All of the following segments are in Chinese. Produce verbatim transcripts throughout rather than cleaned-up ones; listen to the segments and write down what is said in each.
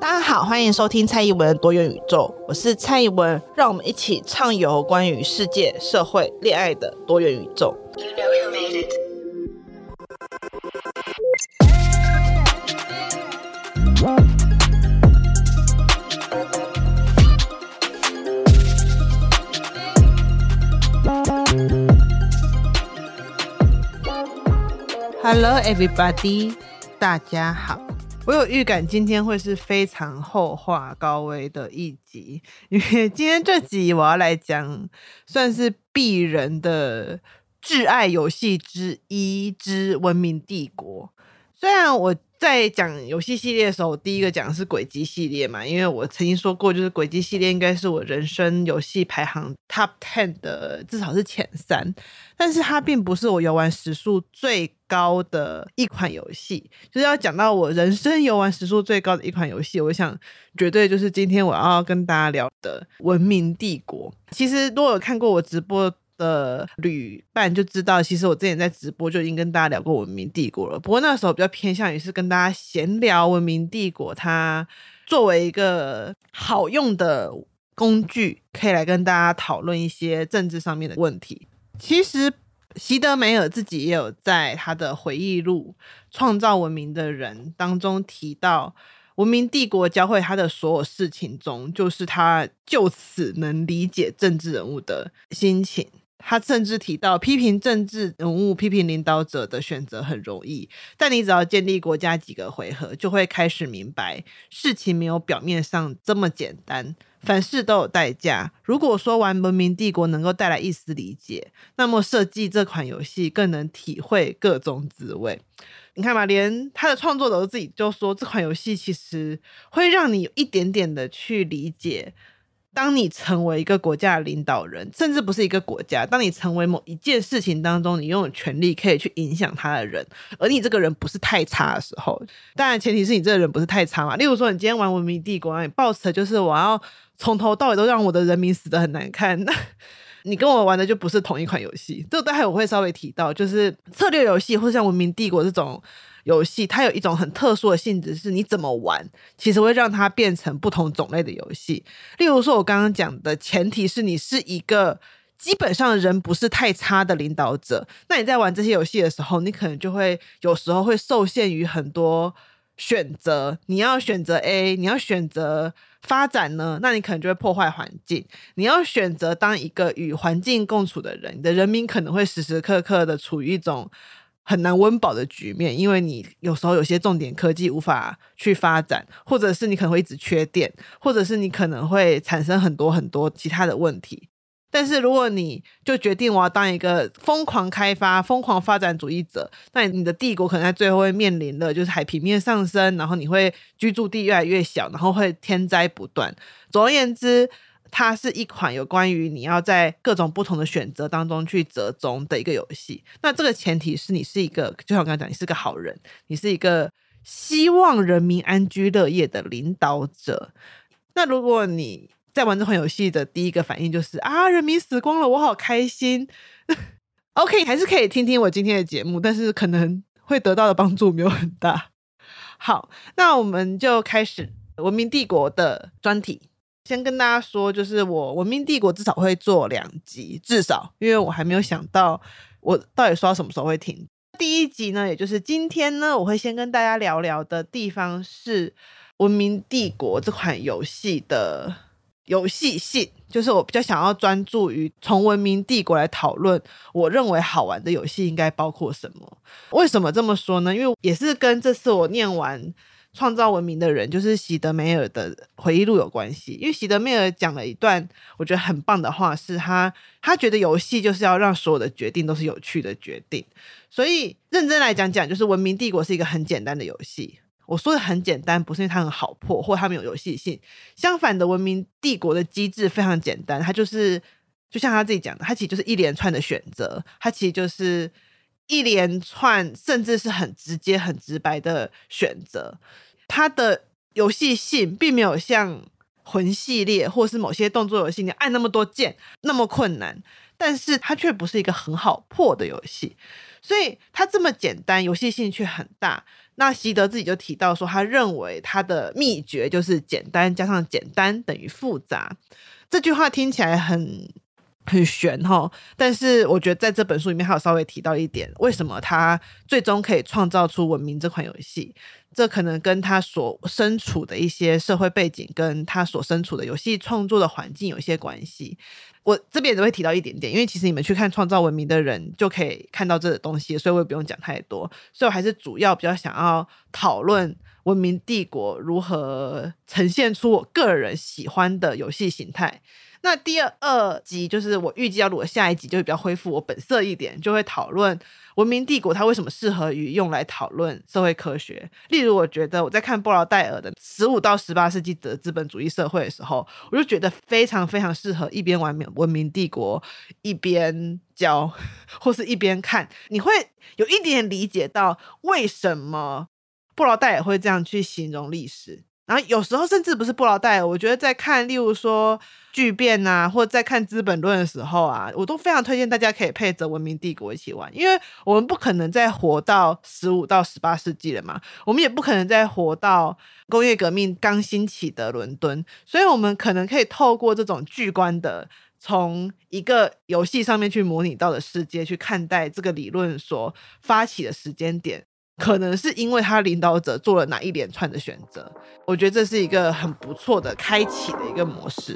大家好，欢迎收听蔡宜文多元宇宙，我是蔡宜文，让我们一起畅游关于世界、社会、恋爱的多元宇宙。You know who made it. Hello everybody， 大家好。我有预感今天会是非常后话高危的一集，因为今天这集我要来讲算是鄙人的挚爱游戏之一之文明帝国。虽然我在讲游戏系列的时候，我第一个讲的是轨迹系列嘛，因为我曾经说过，就是轨迹系列应该是我人生游戏排行 top ten 的，至少是前三，但是它并不是我游玩时数最高的一款游戏。就是要讲到我人生游玩时数最高的一款游戏，我想绝对就是今天我要跟大家聊的文明帝国。其实如果有看过我直播的旅伴就知道，其实我之前在直播就已经跟大家聊过文明帝国了，不过那时候比较偏向于是跟大家闲聊文明帝国它作为一个好用的工具，可以来跟大家讨论一些政治上面的问题。其实席德梅尔自己也有在他的回忆录《创造文明的人》当中提到，文明帝国教会他的所有事情中，就是他就此能理解政治人物的心情。他甚至提到，批评政治人物、批评领导者的选择很容易，但你只要建立国家几个回合，就会开始明白事情没有表面上这么简单，凡事都有代价。如果说玩文明帝国能够带来一丝理解，那么设计这款游戏更能体会各种滋味。你看嘛，连他的创作者自己就说，这款游戏其实会让你有一点点的去理解，当你成为一个国家的领导人，甚至不是一个国家，当你成为某一件事情当中你拥有权力可以去影响他的人，而你这个人不是太差的时候，当然前提是你这个人不是太差嘛。例如说你今天玩文明帝国，你抱持的就是我要从头到尾都让我的人民死得很难看，那你跟我玩的就不是同一款游戏。这个待会我会稍微提到，就是策略游戏或者像文明帝国这种游戏，它有一种很特殊的性质，是你怎么玩其实会让它变成不同种类的游戏。例如说我刚刚讲的前提是你是一个基本上人不是太差的领导者，那你在玩这些游戏的时候，你可能就会有时候会受限于很多选择，你要选择 A， 你要选择发展呢，那你可能就会破坏环境。你要选择当一个与环境共处的人，你的人民可能会时时刻刻的处于一种很难温饱的局面，因为你有时候有些重点科技无法去发展，或者是你可能会一直缺电，或者是你可能会产生很多很多其他的问题。但是如果你就决定我要当一个疯狂开发、疯狂发展主义者，那你的帝国可能在最后会面临的就是海平面上升，然后你会居住地越来越小，然后会天灾不断。总而言之，它是一款有关于你要在各种不同的选择当中去折中的一个游戏。那这个前提是你是一个，就像我刚才讲，你是个好人，你是一个希望人民安居乐业的领导者。那如果你在玩这款游戏的第一个反应就是啊，人民死光了，我好开心OK， 还是可以听听我今天的节目，但是可能会得到的帮助没有很大。好，那我们就开始文明帝国的专题。先跟大家说，就是我文明帝国至少会做两集，至少，因为我还没有想到我到底说到什么时候会停。第一集呢，也就是今天呢，我会先跟大家聊聊的地方是文明帝国这款游戏的游戏性，就是我比较想要专注于从文明帝国来讨论我认为好玩的游戏应该包括什么。为什么这么说呢？因为也是跟这次我念完创造文明的人，就是席德梅尔的回忆录有关系。因为席德梅尔讲了一段我觉得很棒的话，是他他觉得游戏就是要让所有的决定都是有趣的决定。所以认真来讲讲，就是文明帝国是一个很简单的游戏。我说的很简单，不是因为它很好破或它没有游戏性，相反的，文明帝国的机制非常简单，它就是就像他自己讲的，它其实就是一连串的选择，它其实就是一连串甚至是很直接很直白的选择。它的游戏性并没有像魂系列或是某些动作游戏你按那么多键那么困难，但是它却不是一个很好破的游戏。所以它这么简单，游戏性却很大。 那习得自己就提到说，他认为他的秘诀就是简单加上简单等于复杂。这句话听起来很很玄齁，但是我觉得在这本书里面还有稍微提到一点，为什么他最终可以创造出文明这款游戏，这可能跟他所身处的一些社会背景跟他所身处的游戏创作的环境有一些关系。我这边也会提到一点点，因为其实你们去看创造文明的人就可以看到这个东西，所以我也不用讲太多，所以我还是主要比较想要讨论文明帝国如何呈现出我个人喜欢的游戏形态。那第二集就是我预计要录的下一集就会比较恢复我本色一点，就会讨论文明帝国它为什么适合于用来讨论社会科学。例如我觉得我在看布劳戴尔的十五到十八世纪的资本主义社会的时候，我就觉得非常非常适合一边玩文明帝国一边教或是一边看，你会有一点理解到为什么布劳戴尔会这样去形容历史。然后有时候甚至不是布劳戴尔，我觉得在看例如说巨变啊，或者在看资本论的时候啊，我都非常推荐大家可以配着文明帝国一起玩，因为我们不可能再活到十五到十八世纪了嘛，我们也不可能再活到工业革命刚兴起的伦敦，所以我们可能可以透过这种巨观的从一个游戏上面去模拟到的世界去看待这个理论所发起的时间点，可能是因为他领导者做了哪一连串的选择。我觉得这是一个很不错的开启的一个模式。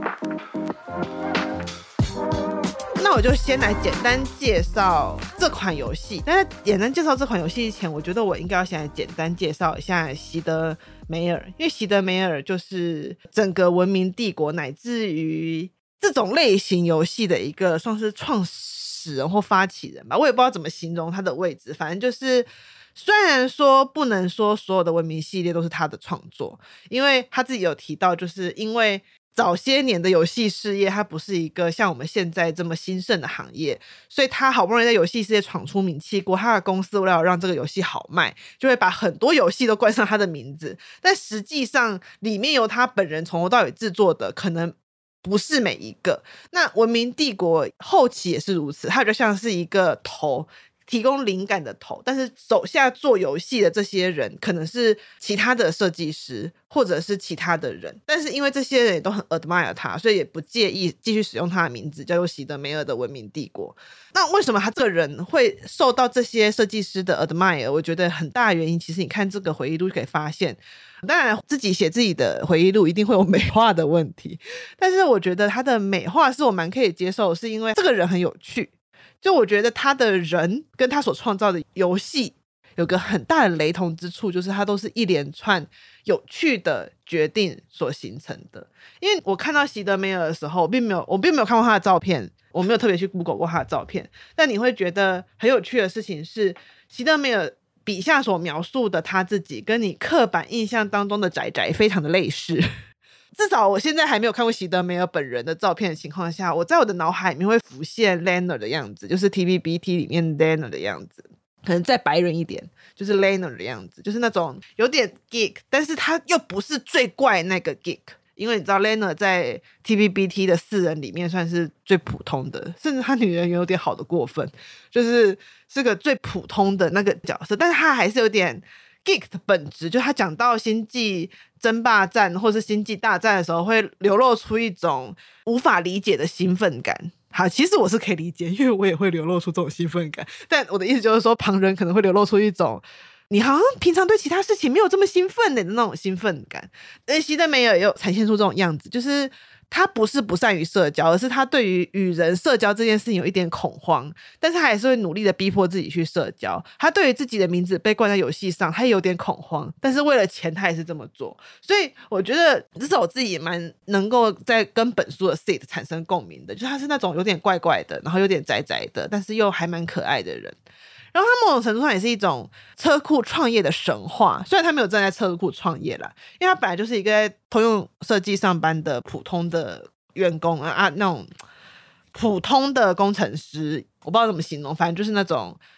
那我就先来简单介绍这款游戏，但是简单介绍这款游戏前，我觉得我应该要先来简单介绍一下席德梅尔，因为席德梅尔就是整个文明帝国乃至于这种类型游戏的一个算是创始人或发起人吧，我也不知道怎么形容他的位置，反正就是虽然说不能说所有的文明系列都是他的创作，因为他自己有提到，就是因为早些年的游戏事业它不是一个像我们现在这么兴盛的行业，所以他好不容易在游戏世界闯出名气过，他的公司为了让这个游戏好卖，就会把很多游戏都冠上他的名字，但实际上里面由他本人从头到尾制作的可能不是每一个。那文明帝国后期也是如此，它就像是一个头，提供灵感的头，但是手下做游戏的这些人可能是其他的设计师或者是其他的人，但是因为这些人也都很 admire 他，所以也不介意继续使用他的名字，叫做席德梅尔的文明帝国。那为什么他这个人会受到这些设计师的 admire？ 我觉得很大的原因，其实你看这个回忆录就可以发现，当然自己写自己的回忆录一定会有美化的问题，但是我觉得他的美化是我蛮可以接受，是因为这个人很有趣，就我觉得他的人跟他所创造的游戏有个很大的雷同之处，就是他都是一连串有趣的决定所形成的。因为我看到席德梅尔的时候，我并没有我并没有看过他的照片，我没有特别去 Google 过他的照片，但你会觉得很有趣的事情是，席德梅尔笔下所描述的他自己跟你刻板印象当中的宅宅非常的类似。至少我现在还没有看过席德梅尔本人的照片的情况下，我在我的脑海里面会浮现 Leonard 的样子，就是 T B B T 里面 Leonard 的样子，可能再白人一点，就是 Leonard 的样子，就是那种有点 geek， 但是他又不是最怪那个 geek， 因为你知道 Leonard 在 T B B T 的四人里面算是最普通的，甚至他女人有点好的过分，就是是个最普通的那个角色，但是他还是有点geek 的本质，就他讲到星际争霸战或是星际大战的时候，会流露出一种无法理解的兴奋感。好，其实我是可以理解，因为我也会流露出这种兴奋感，但我的意思就是说，旁人可能会流露出一种你好像平常对其他事情没有这么兴奋的那种兴奋感。而席德梅尔也有呈现出这种样子，就是他不是不善于社交，而是他对于与人社交这件事情有一点恐慌，但是他还是会努力的逼迫自己去社交。他对于自己的名字被冠在游戏上，他也有点恐慌，但是为了钱他也是这么做。所以我觉得这是我自己也蛮能够在跟本书的 Sid 产生共鸣的，就是他是那种有点怪怪的，然后有点宅宅的，但是又还蛮可爱的人。然后他某种程度上也是一种车库创业的神话，虽然他没有站在车库创业啦，因为他本来就是一个在通用设计上班的普通的员工啊，那种普通的工程师，我不知道怎么形容，反正就是那种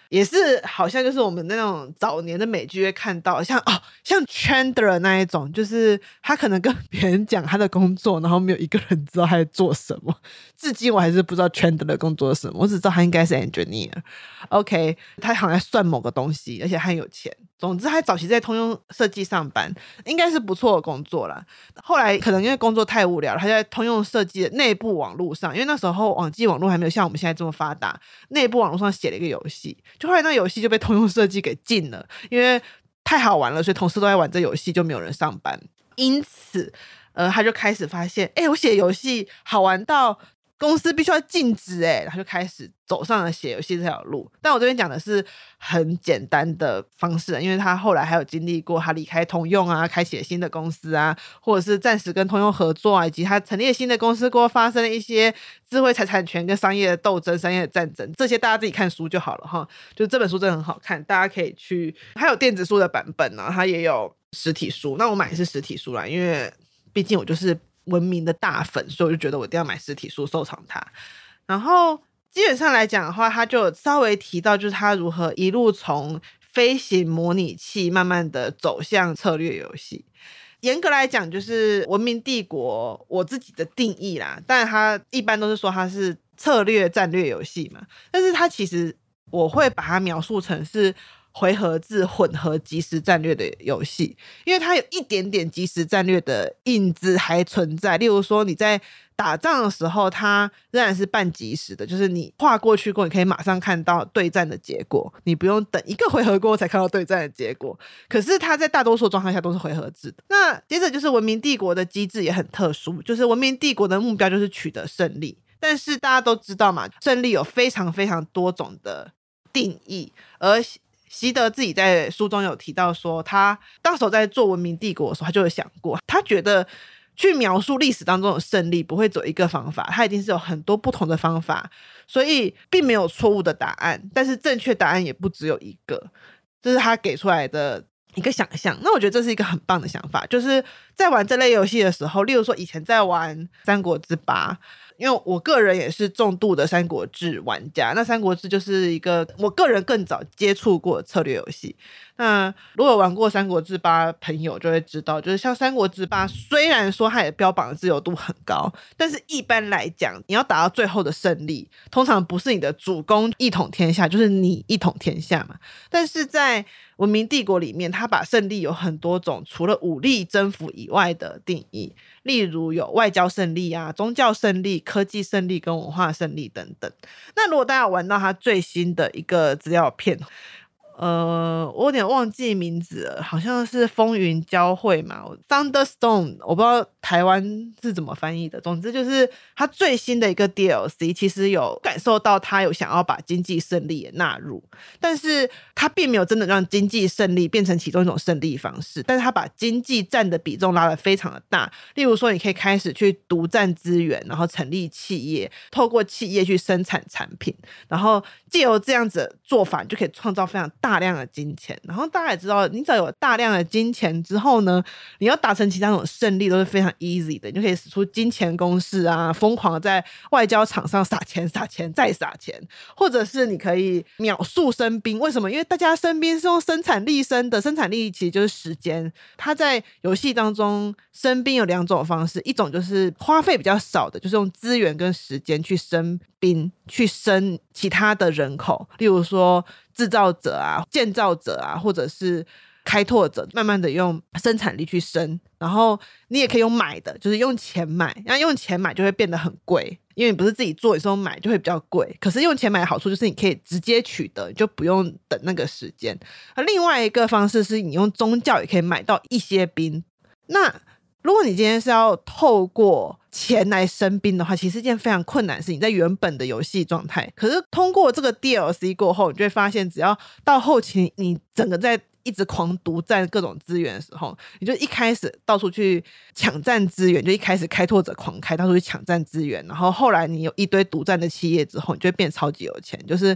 也是好像就是我们那种早年的美剧会看到，像哦像 Chandler 那一种，就是他可能跟别人讲他的工作，然后没有一个人知道他在做什么。至今我还是不知道 Chandler 的工作是什么，我只知道他应该是 engineer。 OK， 他好像在算某个东西，而且他很有钱。总之他早期在通用设计上班，应该是不错的工作啦。后来可能因为工作太无聊了，他在通用设计的内部网络上，因为那时候网际网络还没有像我们现在这么发达，内部网络上写了一个游戏，就后来那游戏就被通用设计给禁了，因为太好玩了，所以同事都在玩这游戏，就没有人上班。因此呃，他就开始发现哎、欸，我写游戏好玩到公司必须要禁止哎，他就开始走上了写游戏这条路。但我这边讲的是很简单的方式，因为他后来还有经历过他离开通用啊，开启了新的公司啊，或者是暂时跟通用合作啊，以及他成立了新的公司过后发生了一些智慧财产权跟商业的斗争、商业的战争，这些大家自己看书就好了哈。就这本书真的很好看，大家可以去，还有电子书的版本啊，它也有实体书。那我买的是实体书啦，因为毕竟我就是文明的大粉，所以我就觉得我一定要买实体书收藏它。然后基本上来讲的话，他就稍微提到就是他如何一路从飞行模拟器慢慢的走向策略游戏。严格来讲就是文明帝国我自己的定义啦，但他一般都是说它是策略战略游戏嘛，但是它其实我会把它描述成是回合制混合即时战略的游戏，因为它有一点点即时战略的影子还存在。例如说你在打仗的时候，它仍然是半即时的，就是你划过去过，你可以马上看到对战的结果，你不用等一个回合过才看到对战的结果。可是它在大多数状况下都是回合制的。那接着就是文明帝国的机制也很特殊，就是文明帝国的目标就是取得胜利，但是大家都知道嘛，胜利有非常非常多种的定义，而习德自己在书中有提到说，他当时在做文明帝国的时候，他就有想过，他觉得去描述历史当中的胜利不会走一个方法，他一定是有很多不同的方法，所以并没有错误的答案，但是正确答案也不只有一个，这是他给出来的一个想象。那我觉得这是一个很棒的想法，就是在玩这类游戏的时候，例如说以前在玩三国志八，因为我个人也是重度的三国志玩家，那三国志就是一个我个人更早接触过的策略游戏。那如果玩过三国志八朋友就会知道，就是像三国志八虽然说它也标榜的自由度很高，但是一般来讲你要打到最后的胜利，通常不是你的主公一统天下，就是你一统天下嘛。但是在文明帝国里面，它把胜利有很多种除了武力征服以外的定义，例如有外交胜利啊、宗教胜利、科技胜利跟文化胜利等等。那如果大家玩到它最新的一个资料片，呃，我有点忘记名字了，好像是风云交汇嘛 Thunderstone， 我不知道台湾是怎么翻译的。总之就是它最新的一个 D L C 其实有感受到它有想要把经济胜利也纳入，但是它并没有真的让经济胜利变成其中一种胜利方式，但是它把经济占的比重拉得非常的大。例如说你可以开始去独占资源，然后成立企业，透过企业去生产产品，然后藉由这样子的做法，你就可以创造非常大量的金钱。然后大家也知道，你只要有大量的金钱之后呢，你要达成其他种胜利都是非常 easy 的，你就可以使出金钱公式啊，疯狂的在外交场上撒钱撒钱再撒钱，或者是你可以秒速生兵。为什么？因为大家生兵是用生产力生的，生产力其实就是时间。它在游戏当中生兵有两种方式，一种就是花费比较少的，就是用资源跟时间去生兵，去生其他的人口，例如说制造者啊、建造者啊，或者是开拓者，慢慢的用生产力去生。然后你也可以用买的，就是用钱买，那用钱买就会变得很贵，因为你不是自己做，有时候买就会比较贵。可是用钱买的好处就是你可以直接取得，你就不用等那个时间。而另外一个方式是你用宗教也可以买到一些兵。那如果你今天是要透过钱来生兵的话，其实是一件非常困难的事情，在原本的游戏状态。可是通过这个 D L C 过后，你就会发现只要到后期你整个在一直狂独占各种资源的时候，你就一开始到处去抢占资源，就一开始开拓者狂开，到处去抢占资源，然后后来你有一堆独占的企业之后，你就会变超级有钱。就是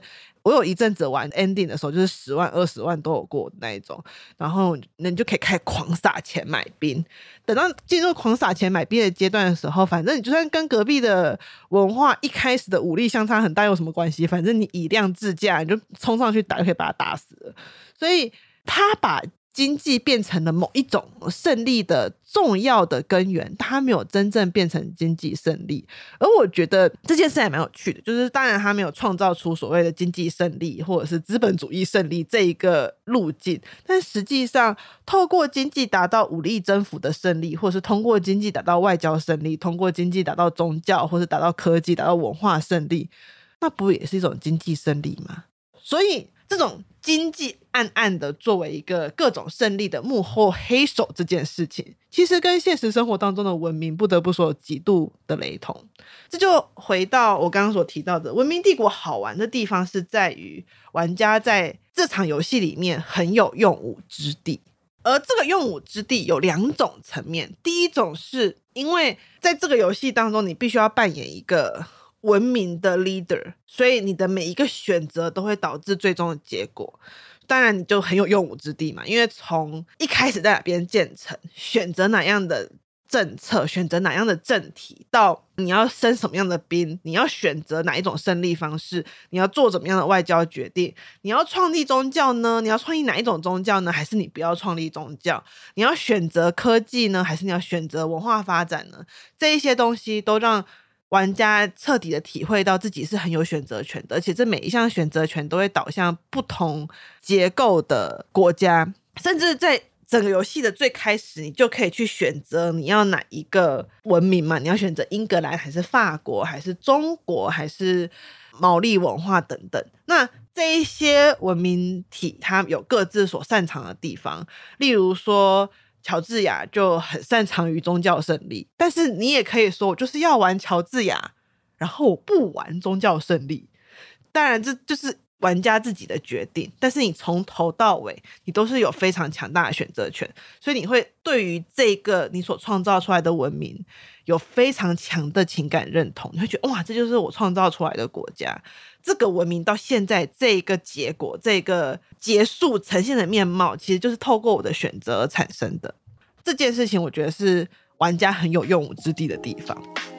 我有一阵子玩 ending 的时候就是十万二十万都有过的那一种，然后你就可以开始狂撒钱买兵。等到进入狂撒钱买兵的阶段的时候，反正你就算跟隔壁的文化一开始的武力相差很大有什么关系，反正你以量制价，你就冲上去打就可以把他打死了。所以他把经济变成了某一种胜利的重要的根源，它没有真正变成经济胜利。而我觉得这件事还蛮有趣的，就是当然他没有创造出所谓的经济胜利或者是资本主义胜利这一个路径，但实际上透过经济达到武力征服的胜利，或是通过经济达到外交胜利，通过经济达到宗教，或是达到科技达到文化胜利，那不也是一种经济胜利吗？所以这种经济暗暗的作为一个各种胜利的幕后黑手这件事情，其实跟现实生活当中的文明不得不说有极度的雷同。这就回到我刚刚所提到的，文明帝国好玩的地方是在于玩家在这场游戏里面很有用武之地。而这个用武之地有两种层面，第一种是因为在这个游戏当中你必须要扮演一个文明的 leader， 所以你的每一个选择都会导致最终的结果。当然你就很有用武之地嘛，因为从一开始在哪边建成，选择哪样的政策，选择哪样的政体，到你要升什么样的兵，你要选择哪一种胜利方式，你要做怎么样的外交决定，你要创立宗教呢？你要创立哪一种宗教呢？还是你不要创立宗教？你要选择科技呢？还是你要选择文化发展呢？这一些东西都让玩家彻底的体会到自己是很有选择权的，而且这每一项选择权都会导向不同结构的国家，甚至在整个游戏的最开始你就可以去选择你要哪一个文明嘛，你要选择英格兰还是法国还是中国还是毛利文化等等。那这一些文明体它有各自所擅长的地方，例如说乔治亚就很擅长于宗教胜利，但是你也可以说我就是要玩乔治亚，然后我不玩宗教胜利。当然这就是玩家自己的决定，但是你从头到尾你都是有非常强大的选择权，所以你会对于这个你所创造出来的文明有非常强的情感认同，你会觉得哇，这就是我创造出来的国家，这个文明到现在这个结果，这个结束呈现的面貌其实就是透过我的选择而产生的。这件事情我觉得是玩家很有用武之地的地方。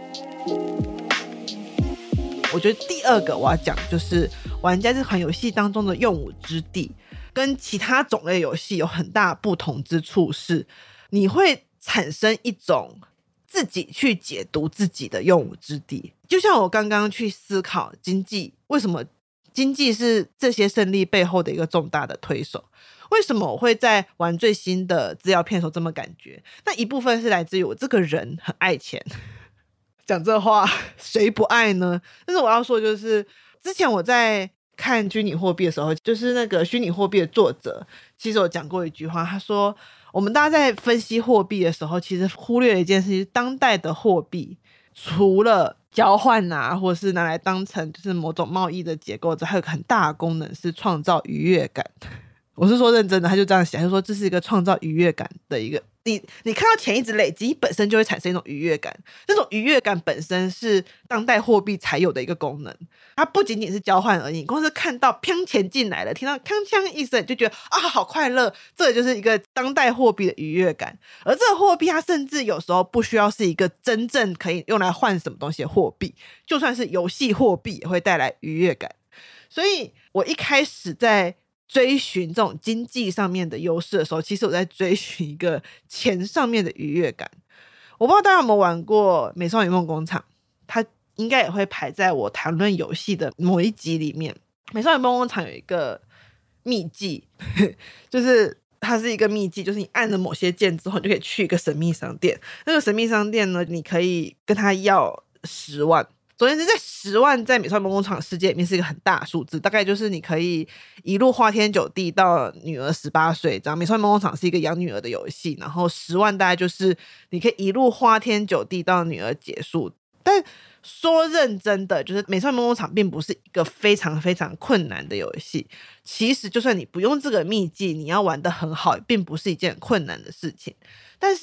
我觉得第二个我要讲就是玩家这款游戏当中的用武之地跟其他种类游戏有很大不同之处是，你会产生一种自己去解读自己的用武之地。就像我刚刚去思考经济，为什么经济是这些胜利背后的一个重大的推手，为什么我会在玩最新的资料片的时候这么感觉，那一部分是来自于我这个人很爱钱。讲这话谁不爱呢？但是我要说就是之前我在看虚拟货币的时候，就是那个虚拟货币的作者其实有讲过一句话，他说我们大家在分析货币的时候其实忽略了一件事情，当代的货币除了交换啊或是拿来当成就是某种贸易的结构之外，还有个很大的功能是创造愉悦感。我是说认真的，他就这样想，他就说这是一个创造愉悦感的一个，你你看到钱一直累积本身就会产生一种愉悦感，这种愉悦感本身是当代货币才有的一个功能，它不仅仅是交换而已，光是看到砰钱进来了，听到锵锵一声就觉得啊好快乐，这就是一个当代货币的愉悦感。而这个货币它甚至有时候不需要是一个真正可以用来换什么东西的货币，就算是游戏货币也会带来愉悦感。所以我一开始在追寻这种经济上面的优势的时候，其实我在追寻一个钱上面的愉悦感。我不知道大家有没有玩过美少女梦工厂，它应该也会排在我谈论游戏的某一集里面。美少女梦工厂有一个秘技就是它是一个秘技，就是你按了某些键之后你就可以去一个神秘商店，那个神秘商店呢，你可以跟他要十万。总之在十万在美少女梦工厂世界里面是一个很大的数字，大概就是你可以一路花天酒地到女儿十八岁这样。美少女梦工厂是一个养女儿的游戏，然后十万大概就是你可以一路花天酒地到女儿结束。但说认真的，就是美少女梦工厂并不是一个非常非常困难的游戏，其实就算你不用这个秘技，你要玩得很好并不是一件困难的事情。但是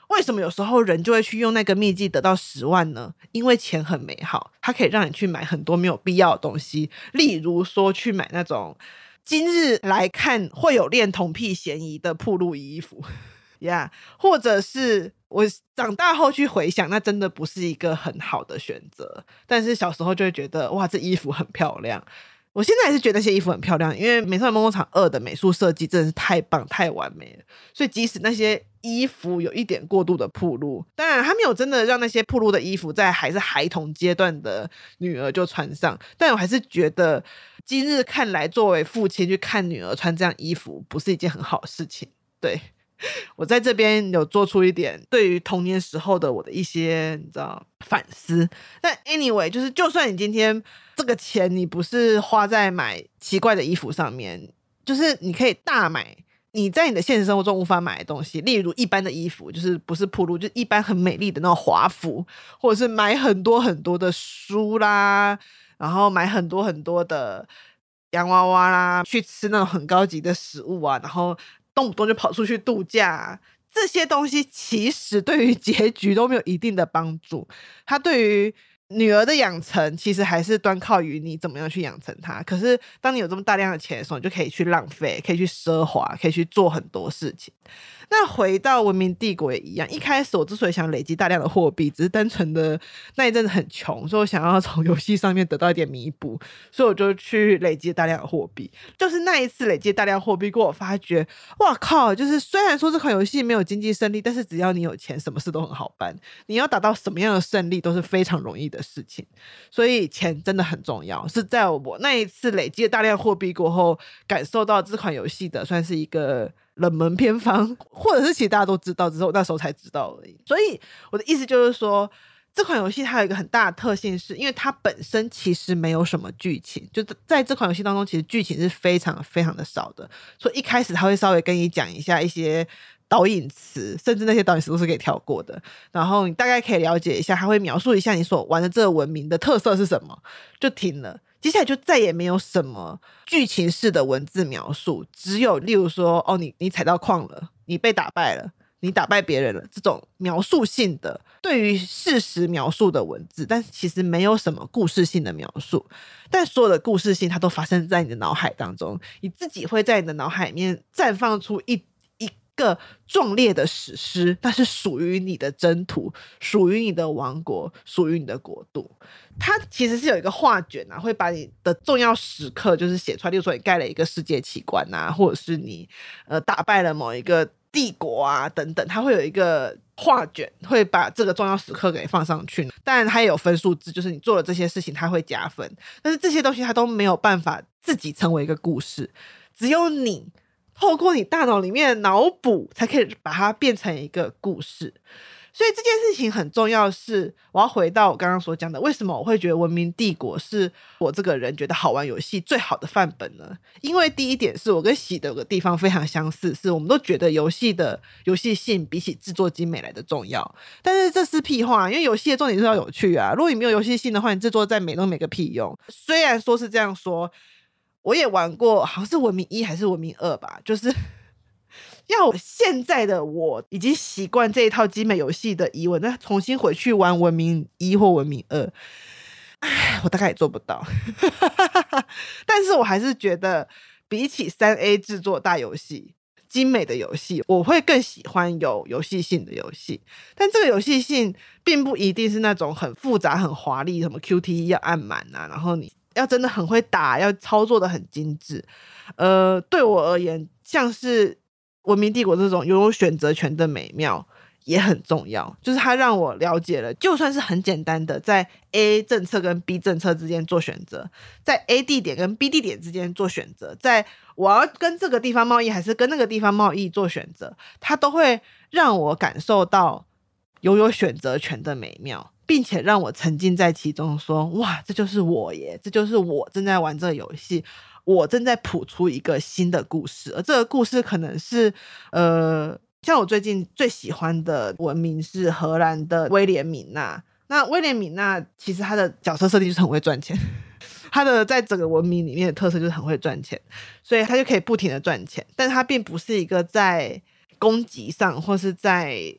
为什么有时候人就会去用那个秘技得到十万呢？因为钱很美好，它可以让你去买很多没有必要的东西，例如说去买那种今日来看会有恋童癖嫌疑的暴露衣服呀、yeah, 或者是我长大后去回想，那真的不是一个很好的选择，但是小时候就会觉得哇，这衣服很漂亮。我现在还是觉得那些衣服很漂亮，因为美少女梦工厂二的美术设计真的是太棒太完美了，所以即使那些衣服有一点过度的暴露，当然他没有真的让那些暴露的衣服在还是孩童阶段的女儿就穿上，但我还是觉得今日看来作为父亲去看女儿穿这样衣服不是一件很好的事情。对，我在这边有做出一点对于童年时候的我的一些你知道反思。但 anyway 就是就算你今天这个钱你不是花在买奇怪的衣服上面，就是你可以大买你在你的现实生活中无法买的东西，例如一般的衣服，就是不是暴露，就是一般很美丽的那种华服，或者是买很多很多的书啦，然后买很多很多的洋娃娃啦，去吃那种很高级的食物啊，然后动不动就跑出去度假啊，这些东西其实对于结局都没有一定的帮助，它对于女儿的养成其实还是端靠于你怎么样去养成她。可是当你有这么大量的钱的时候，你就可以去浪费，可以去奢华，可以去做很多事情。那回到文明帝国也一样，一开始我之所以想累积大量的货币，只是单纯的那一阵子很穷，所以我想要从游戏上面得到一点弥补，所以我就去累积大量的货币。就是那一次累积大量货币过后，我发觉哇靠，就是虽然说这款游戏没有经济胜利，但是只要你有钱，什么事都很好办，你要达到什么样的胜利都是非常容易的事情。所以钱真的很重要，是在我那一次累积大量货币过后感受到这款游戏的算是一个冷门偏方，或者是其实大家都知道，只是我那时候才知道而已。所以我的意思就是说，这款游戏它有一个很大的特性，是因为它本身其实没有什么剧情，就在这款游戏当中其实剧情是非常非常的少的，所以一开始它会稍微跟你讲一下一些导引词，甚至那些导引词都是可以跳过的，然后你大概可以了解一下，它会描述一下你所玩的这个文明的特色是什么，就停了。接下来就再也没有什么剧情式的文字描述，只有例如说哦，你你踩到矿了，你被打败了，你打败别人了，这种描述性的对于事实描述的文字，但是其实没有什么故事性的描述，但所有的故事性它都发生在你的脑海当中，你自己会在你的脑海里面绽放出一一个壮烈的史诗，那是属于你的征途，属于你的王国，属于你的国度。它其实是有一个画卷啊，会把你的重要时刻就是写出来，例如说你盖了一个世界奇观啊，或者是你呃打败了某一个帝国啊等等，它会有一个画卷会把这个重要时刻给放上去。当然它也有分数制，就是你做了这些事情它会加分，但是这些东西它都没有办法自己成为一个故事，只有你透过你大脑里面的脑补才可以把它变成一个故事。所以这件事情很重要，是我要回到我刚刚所讲的，为什么我会觉得文明帝国是我这个人觉得好玩游戏最好的范本呢？因为第一点是我跟喜的有个地方非常相似，是我们都觉得游戏的游戏性比起制作精美来的重要，但是这是屁话，因为游戏的重点是要有趣啊，如果你没有游戏性的话，你制作再美都没个屁用。虽然说是这样说，我也玩过好像是文明一还是文明二吧，就是要现在的我已经习惯这一套精美游戏的疑问，再重新回去玩文明一或文明二，唉，我大概也做不到但是我还是觉得比起 三 A 制作大游戏精美的游戏，我会更喜欢有游戏性的游戏。但这个游戏性并不一定是那种很复杂很华丽，什么 Q T E 要按满啊，然后你要真的很会打，要操作的很精致。呃，对我而言，像是文明帝国这种拥有选择权的美妙也很重要，就是它让我了解了就算是很简单的在 A 政策跟 B 政策之间做选择，在 A 地点跟 B 地点之间做选择，在我要跟这个地方贸易还是跟那个地方贸易做选择，它都会让我感受到拥有选择权的美妙，并且让我沉浸在其中，说哇，这就是我耶，这就是我正在玩这个游戏，我正在谱出一个新的故事。而这个故事可能是呃，像我最近最喜欢的文明是荷兰的威廉米纳。那威廉米纳其实他的角色设定就是很会赚钱他的在整个文明里面的特色就是很会赚钱，所以他就可以不停的赚钱，但他并不是一个在攻击上或是在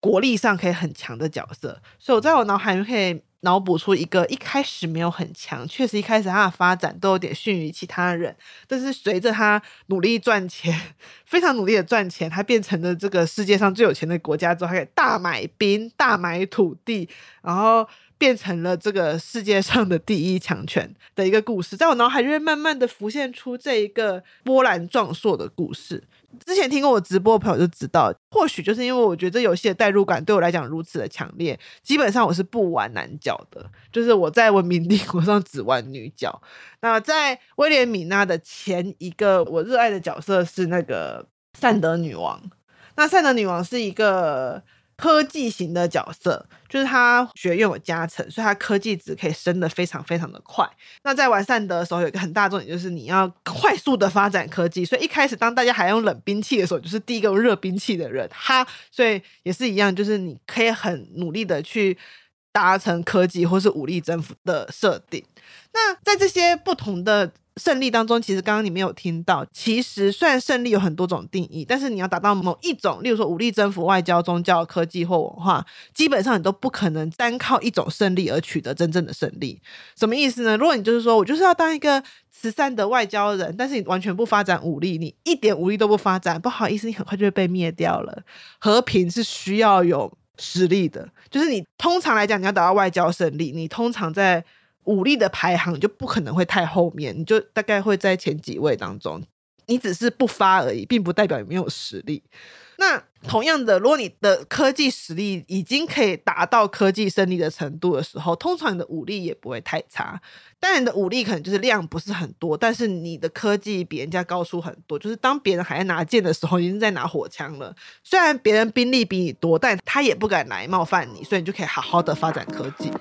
国力上可以很强的角色，所以我在我脑海里面可以脑补出一个一开始没有很强，确实一开始他的发展都有点逊于其他人，但是随着他努力赚钱，非常努力的赚钱，他变成了这个世界上最有钱的国家之后，他可以大买兵大买土地，然后变成了这个世界上的第一强权的一个故事，在我脑海就会慢慢的浮现出这一个波澜壮硕的故事。之前听过我直播的朋友就知道，或许就是因为我觉得这游戏的代入感对我来讲如此的强烈，基本上我是不玩男角的，就是我在文明帝国上只玩女角。那在威廉米娜的前一个我热爱的角色是那个善德女王，那善德女王是一个科技型的角色，就是他学院有加成，所以他科技值可以升得非常非常的快。那在玩善德的时候有一个很大重点，就是你要快速的发展科技，所以一开始当大家还用冷兵器的时候，就是第一个用热兵器的人哈，所以也是一样，就是你可以很努力的去达成科技或是武力征服的设定。那在这些不同的胜利当中，其实刚刚你没有听到，其实虽然胜利有很多种定义，但是你要达到某一种，例如说武力征服、外交、宗教、科技或文化，基本上你都不可能单靠一种胜利而取得真正的胜利。什么意思呢？如果你就是说我就是要当一个慈善的外交人，但是你完全不发展武力，你一点武力都不发展，不好意思，你很快就会被灭掉了。和平是需要有实力的，就是你通常来讲你要达到外交胜利，你通常在武力的排行就不可能会太后面，你就大概会在前几位当中，你只是不发而已，并不代表你没有实力。那同样的，如果你的科技实力已经可以达到科技胜利的程度的时候，通常你的武力也不会太差。当然你的武力可能就是量不是很多，但是你的科技比人家高出很多，就是当别人还在拿剑的时候，已经在拿火枪了。虽然别人兵力比你多，但他也不敢来冒犯你，所以你就可以好好的发展科技。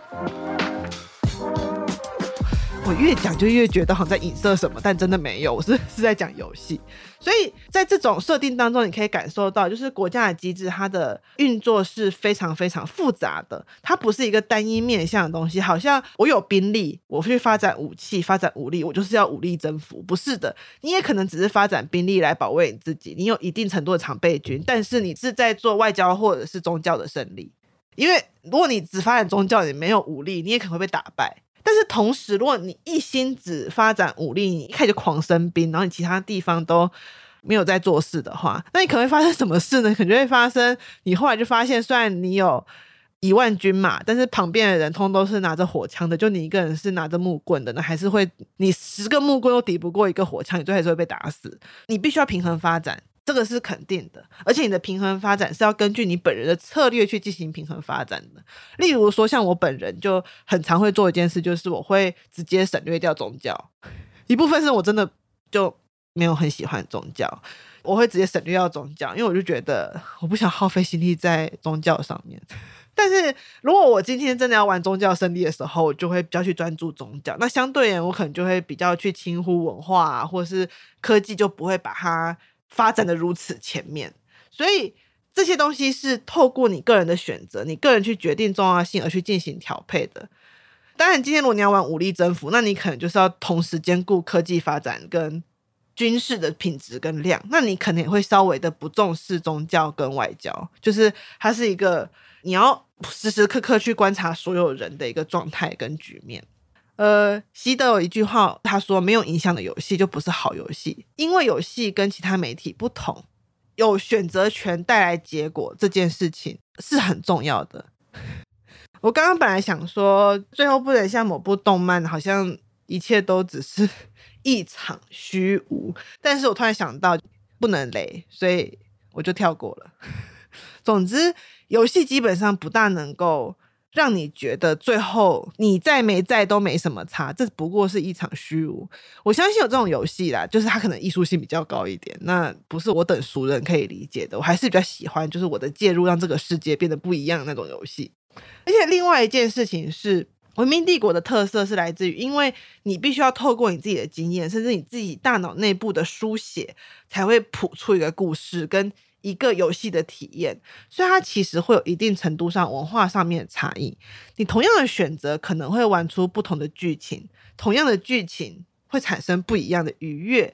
我越讲就越觉得好像在影射什么，但真的没有，我是是在讲游戏。所以在这种设定当中，你可以感受到就是国家的机制它的运作是非常非常复杂的，它不是一个单一面向的东西，好像我有兵力我去发展武器发展武力，我就是要武力征服，不是的，你也可能只是发展兵力来保卫你自己，你有一定程度的常备军，但是你是在做外交或者是宗教的胜利。因为如果你只发展宗教，你没有武力，你也可能会被打败。但是同时如果你一心只发展武力，你一开始就狂生兵，然后你其他地方都没有在做事的话，那你可能会发生什么事呢？可能就会发生你后来就发现，虽然你有一万军马，但是旁边的人通都是拿着火枪的，就你一个人是拿着木棍的，那还是会你十个木棍都抵不过一个火枪，你最后还是会被打死。你必须要平衡发展，这个是肯定的，而且你的平衡发展是要根据你本人的策略去进行平衡发展的。例如说像我本人就很常会做一件事，就是我会直接省略掉宗教。一部分是我真的就没有很喜欢宗教，我会直接省略掉宗教，因为我就觉得我不想耗费心力在宗教上面。但是如果我今天真的要玩宗教胜利的时候，我就会比较去专注宗教，那相对而言我可能就会比较去轻忽文化啊，或是科技，就不会把它发展的如此前面。所以这些东西是透过你个人的选择，你个人去决定重要性而去进行调配的。当然今天如果你要玩武力征服，那你可能就是要同时兼顾科技发展跟军事的品质跟量，那你可能也会稍微的不重视宗教跟外交，就是它是一个你要时时刻刻去观察所有人的一个状态跟局面。呃，西德有一句话，他说没有影响的游戏就不是好游戏，因为游戏跟其他媒体不同，有选择权带来结果这件事情是很重要的。我刚刚本来想说最后不能像某部动漫，好像一切都只是一场虚无，但是我突然想到不能雷，所以我就跳过了。总之游戏基本上不大能够让你觉得最后你在没在都没什么差，这不过是一场虚无。我相信有这种游戏啦，就是它可能艺术性比较高一点，那不是我等俗人可以理解的。我还是比较喜欢就是我的介入让这个世界变得不一样的那种游戏。而且另外一件事情是，文明帝国的特色是来自于因为你必须要透过你自己的经验，甚至你自己大脑内部的书写，才会谱出一个故事跟一个游戏的体验，所以它其实会有一定程度上文化上面的差异。你同样的选择可能会玩出不同的剧情，同样的剧情会产生不一样的愉悦。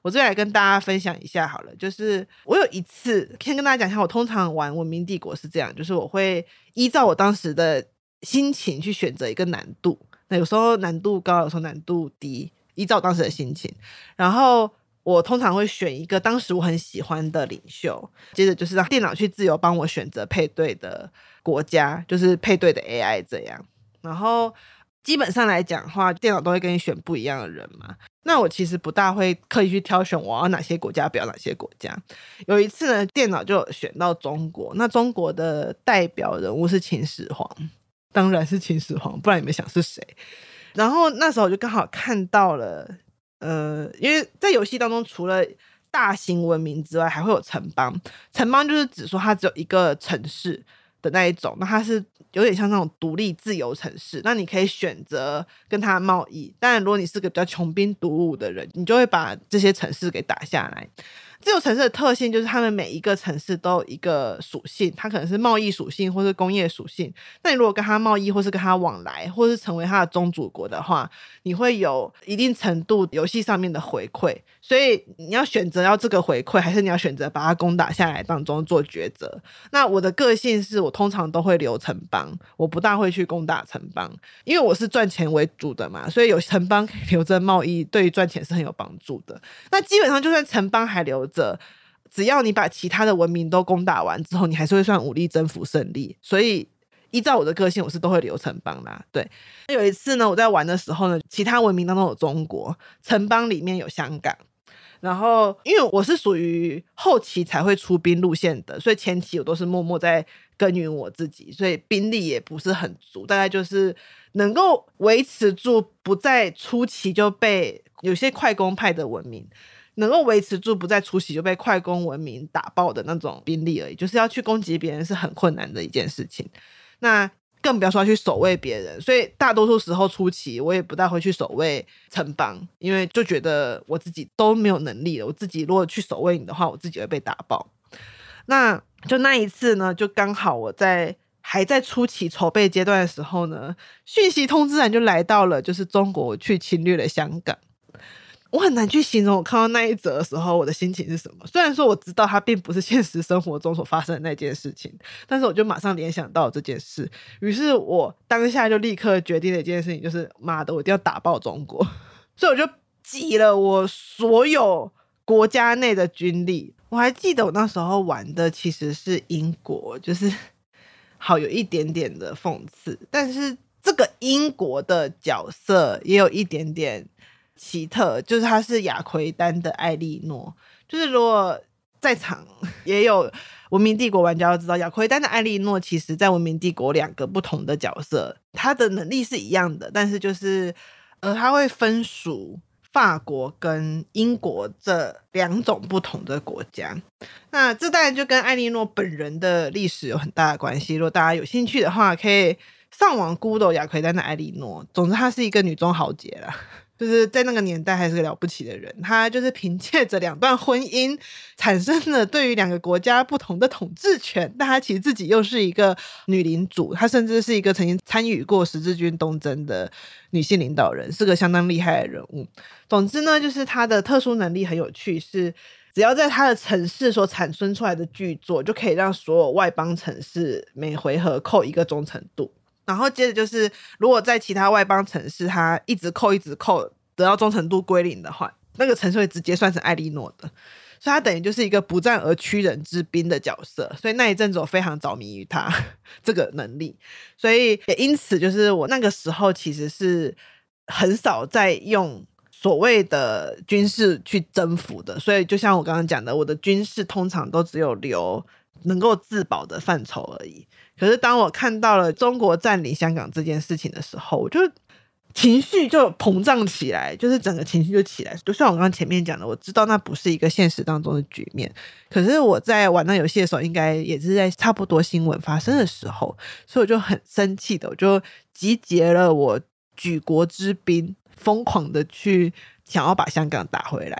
我这边来跟大家分享一下好了，就是我有一次先跟大家讲一下，我通常玩文明帝国是这样，就是我会依照我当时的心情去选择一个难度，那有时候难度高，有时候难度低，依照当时的心情，然后我通常会选一个当时我很喜欢的领袖，接着就是让电脑去自由帮我选择配对的国家，就是配对的 A I 这样。然后基本上来讲的话，电脑都会跟你选不一样的人嘛，那我其实不大会刻意去挑选我要哪些国家不要哪些国家。有一次呢，电脑就选到中国，那中国的代表人物是秦始皇，当然是秦始皇，不然你们想是谁？然后那时候我就刚好看到了呃，因为在游戏当中除了大型文明之外还会有城邦，城邦就是指说它只有一个城市的那一种，那它是有点像那种独立自由城市，那你可以选择跟它贸易，当然如果你是个比较穷兵黩武的人，你就会把这些城市给打下来。自由城市的特性就是他们每一个城市都有一个属性，它可能是贸易属性或是工业属性，那你如果跟它贸易或是跟它往来或是成为它的宗主国的话，你会有一定程度游戏上面的回馈，所以你要选择要这个回馈还是你要选择把它攻打下来当中做抉择。那我的个性是我通常都会留城邦，我不大会去攻打城邦，因为我是赚钱为主的嘛，所以有城邦可以留着贸易对于赚钱是很有帮助的。那基本上就算城邦还留着，只要你把其他的文明都攻打完之后，你还是会算武力征服胜利，所以依照我的个性我是都会留城邦啦。对，有一次呢我在玩的时候呢，其他文明当中有中国，城邦里面有香港，然后因为我是属于后期才会出兵路线的，所以前期我都是默默在耕耘我自己，所以兵力也不是很足，大概就是能够维持住不在初期就被有些快攻派的文明能够维持住不在初期就被快攻文明打爆的那种兵力而已，就是要去攻击别人是很困难的一件事情，那更不要说要去守卫别人，所以大多数时候初期我也不大会去守卫城邦，因为就觉得我自己都没有能力了，我自己如果去守卫你的话我自己会被打爆。那就那一次呢，就刚好我在还在初期筹备阶段的时候呢，讯息通知栏就来到了，就是中国去侵略了香港。我很难去形容我看到那一则的时候我的心情是什么，虽然说我知道它并不是现实生活中所发生的那件事情，但是我就马上联想到这件事，于是我当下就立刻决定了一件事情，就是妈的我一定要打爆中国，所以我就集了我所有国家内的军力。我还记得我那时候玩的其实是英国，就是好有一点点的讽刺，但是这个英国的角色也有一点点奇特，就是他是亚奎丹的艾莉诺，就是如果在场也有文明帝国玩家都知道，亚奎丹的艾莉诺其实在文明帝国两个不同的角色，他的能力是一样的，但是就是呃，他会分属法国跟英国这两种不同的国家。那这当然就跟艾莉诺本人的历史有很大的关系，如果大家有兴趣的话可以上网 Google 亚奎丹的艾莉诺，总之她是一个女中豪杰啦，就是在那个年代还是个了不起的人，他就是凭借着两段婚姻产生了对于两个国家不同的统治权，但他其实自己又是一个女领主，他甚至是一个曾经参与过十字军东征的女性领导人，是个相当厉害的人物。总之呢，就是他的特殊能力很有趣，是只要在他的城市所产生出来的巨作就可以让所有外邦城市每回合扣一个忠诚度，然后接着就是如果在其他外邦城市他一直扣一直扣得到忠诚度归零的话，那个城市会直接算成艾莉诺的，所以他等于就是一个不战而屈人之兵的角色，所以那一阵子我非常着迷于他这个能力，所以也因此就是我那个时候其实是很少在用所谓的军事去征服的，所以就像我刚刚讲的，我的军事通常都只有留能够自保的范畴而已。可是当我看到了中国占领香港这件事情的时候，我就情绪就膨胀起来，就是整个情绪就起来。就像我刚刚前面讲的，我知道那不是一个现实当中的局面，可是我在玩那游戏的时候应该也是在差不多新闻发生的时候，所以我就很生气的，我就集结了我举国之兵，疯狂的去想要把香港打回来。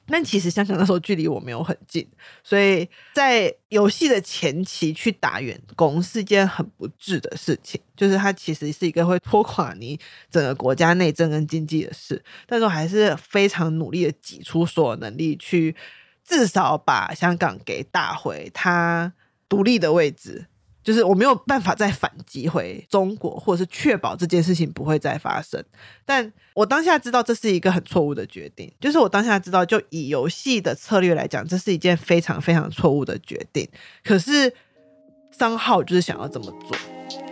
但其实香港那时候距离我没有很近，所以在游戏的前期去打远攻是一件很不智的事情，就是它其实是一个会拖垮你整个国家内政跟经济的事，但是我还是非常努力的挤出所有能力去至少把香港给打回它独立的位置，就是我没有办法再反击回中国，或者是确保这件事情不会再发生。但我当下知道这是一个很错误的决定，就是我当下知道就以游戏的策略来讲，这是一件非常非常错误的决定，可是商号就是想要这么做。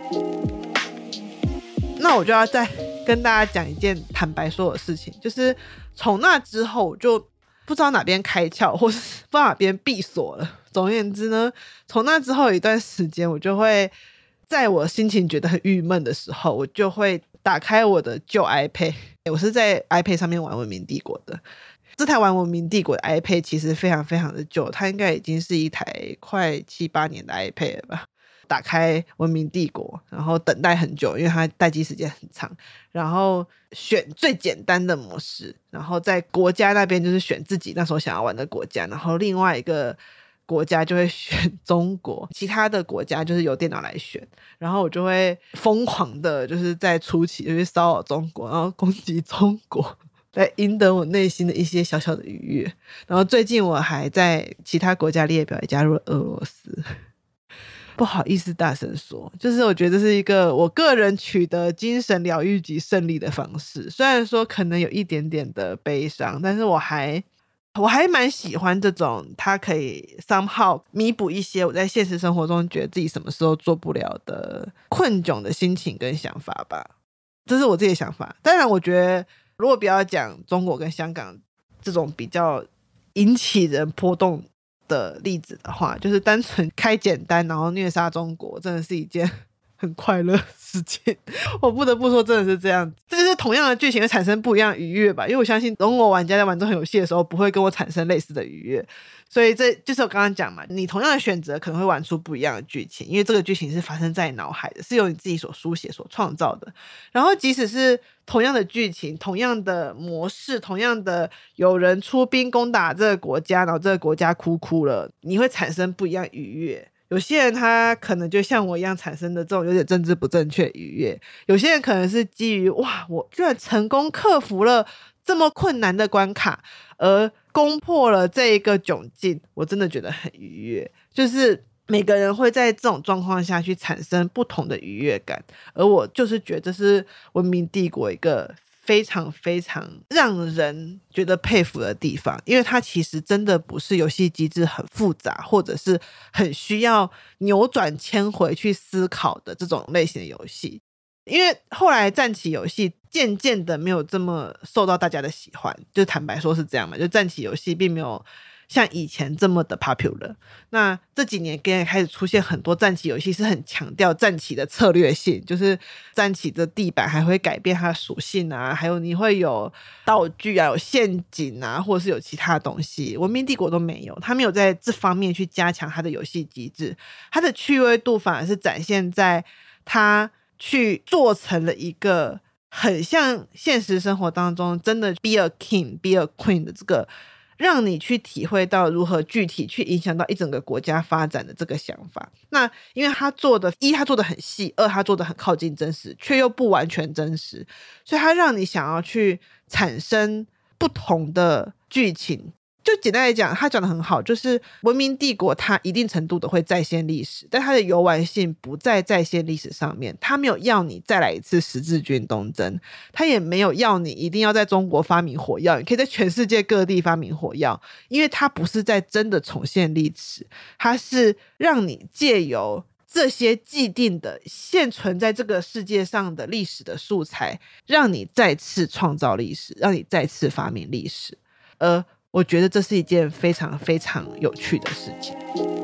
那我就要再跟大家讲一件坦白说的事情，就是从那之后我就不知道哪边开窍，或是不知道哪边闭锁了。总而言之呢，从那之后有一段时间，我就会在我心情觉得很郁闷的时候，我就会打开我的旧 iPad， 我是在 iPad 上面玩文明帝国的。这台玩文明帝国的 iPad 其实非常非常的旧，它应该已经是一台快七八年的 iPad 了吧。打开文明帝国，然后等待很久，因为它待机时间很长，然后选最简单的模式，然后在国家那边就是选自己那时候想要玩的国家，然后另外一个国家就会选中国，其他的国家就是由电脑来选，然后我就会疯狂的就是在初期就去骚扰中国，然后攻击中国，来赢得我内心的一些小小的愉悦。然后最近我还在其他国家列表也加入了俄罗斯。不好意思大声说，就是我觉得这是一个我个人取得精神疗愈及胜利的方式，虽然说可能有一点点的悲伤，但是我还我还蛮喜欢这种它可以 somehow 弥补一些我在现实生活中觉得自己什么时候做不了的困窘的心情跟想法吧，这是我自己的想法。当然我觉得如果不要讲中国跟香港这种比较引起人波动的例子的话，就是单纯开简单然后虐杀中国真的是一件很快乐的事情。我不得不说真的是这样，这就是同样的剧情会产生不一样的愉悦吧，因为我相信中国玩家在玩这种游戏的时候不会跟我产生类似的愉悦，所以这就是我刚刚讲嘛，你同样的选择可能会玩出不一样的剧情，因为这个剧情是发生在脑海的，是由你自己所书写所创造的。然后即使是同样的剧情，同样的模式，同样的有人出兵攻打这个国家，然后这个国家哭哭了，你会产生不一样愉悦。有些人他可能就像我一样产生的这种有点政治不正确愉悦，有些人可能是基于哇我居然成功克服了这么困难的关卡而攻破了这一个窘境，我真的觉得很愉悦。就是每个人会在这种状况下去产生不同的愉悦感，而我就是觉得这是文明帝国一个非常非常让人觉得佩服的地方，因为它其实真的不是游戏机制很复杂或者是很需要扭转千回去思考的这种类型的游戏。因为后来战棋游戏渐渐的没有这么受到大家的喜欢，就坦白说是这样嘛，就战棋游戏并没有像以前这么的 popular。 那这几年也开始出现很多战棋游戏是很强调战棋的策略性，就是战棋的地板还会改变它的属性啊，还有你会有道具啊，有陷阱啊，或者是有其他东西，文明帝国都没有，它没有在这方面去加强它的游戏机制，它的趣味度反而是展现在它去做成了一个很像现实生活当中真的 be a king be a queen 的这个让你去体会到如何具体去影响到一整个国家发展的这个想法。那因为他做的一他做的很细，二他做的很靠近真实却又不完全真实，所以他让你想要去产生不同的剧情。就简单来讲，他讲的很好，就是文明帝国它一定程度的会再现历史，但它的游玩性不在再现历史上面，它没有要你再来一次十字军东征，它也没有要你一定要在中国发明火药，你可以在全世界各地发明火药，因为它不是在真的重现历史，它是让你借由这些既定的现存在这个世界上的历史的素材，让你再次创造历史，让你再次发明历史。而我觉得这是一件非常非常有趣的事情。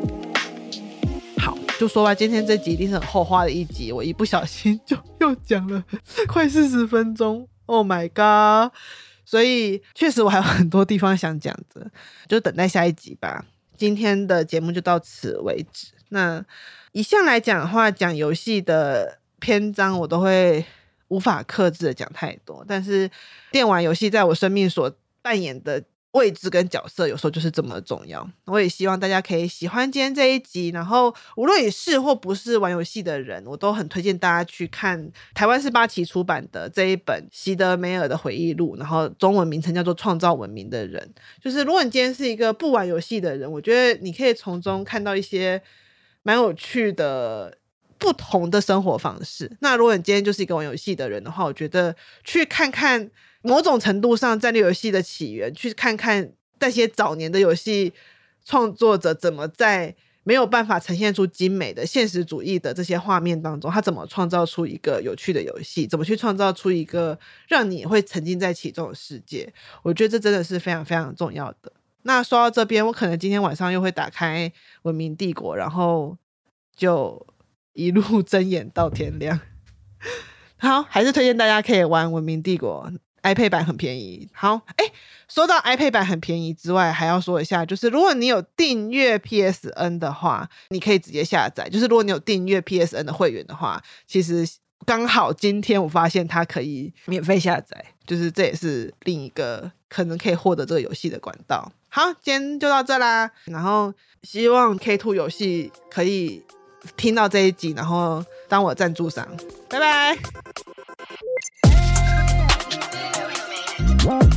好，就说吧，今天这集一定是很后话的一集，我一不小心就又讲了快四十分钟 Oh my god。 所以确实我还有很多地方想讲的，就等待下一集吧。今天的节目就到此为止。那一向来讲的话，讲游戏的篇章我都会无法克制的讲太多，但是电玩游戏在我生命所扮演的位置跟角色有时候就是这么重要。我也希望大家可以喜欢今天这一集，然后无论你是或不是玩游戏的人，我都很推荐大家去看台湾是八旗出版的这一本席德梅尔的回忆录，然后中文名称叫做创造文明的人。就是如果你今天是一个不玩游戏的人，我觉得你可以从中看到一些蛮有趣的不同的生活方式。那如果你今天就是一个玩游戏的人的话，我觉得去看看某种程度上战略游戏的起源，去看看那些早年的游戏创作者怎么在没有办法呈现出精美的现实主义的这些画面当中，他怎么创造出一个有趣的游戏，怎么去创造出一个让你会沉浸在其中的世界。我觉得这真的是非常非常重要的。那说到这边，我可能今天晚上又会打开文明帝国，然后就一路睁眼到天亮。好，还是推荐大家可以玩文明帝国，iPad 版很便宜。好，诶说到 iPad 版很便宜之外，还要说一下，就是如果你有订阅 P S N 的话，你可以直接下载。就是如果你有订阅 P S N 的会员的话，其实刚好今天我发现它可以免费下载，就是这也是另一个可能可以获得这个游戏的管道。好，今天就到这啦，然后希望 K 二 游戏可以听到这一集，然后当我赞助商。拜拜。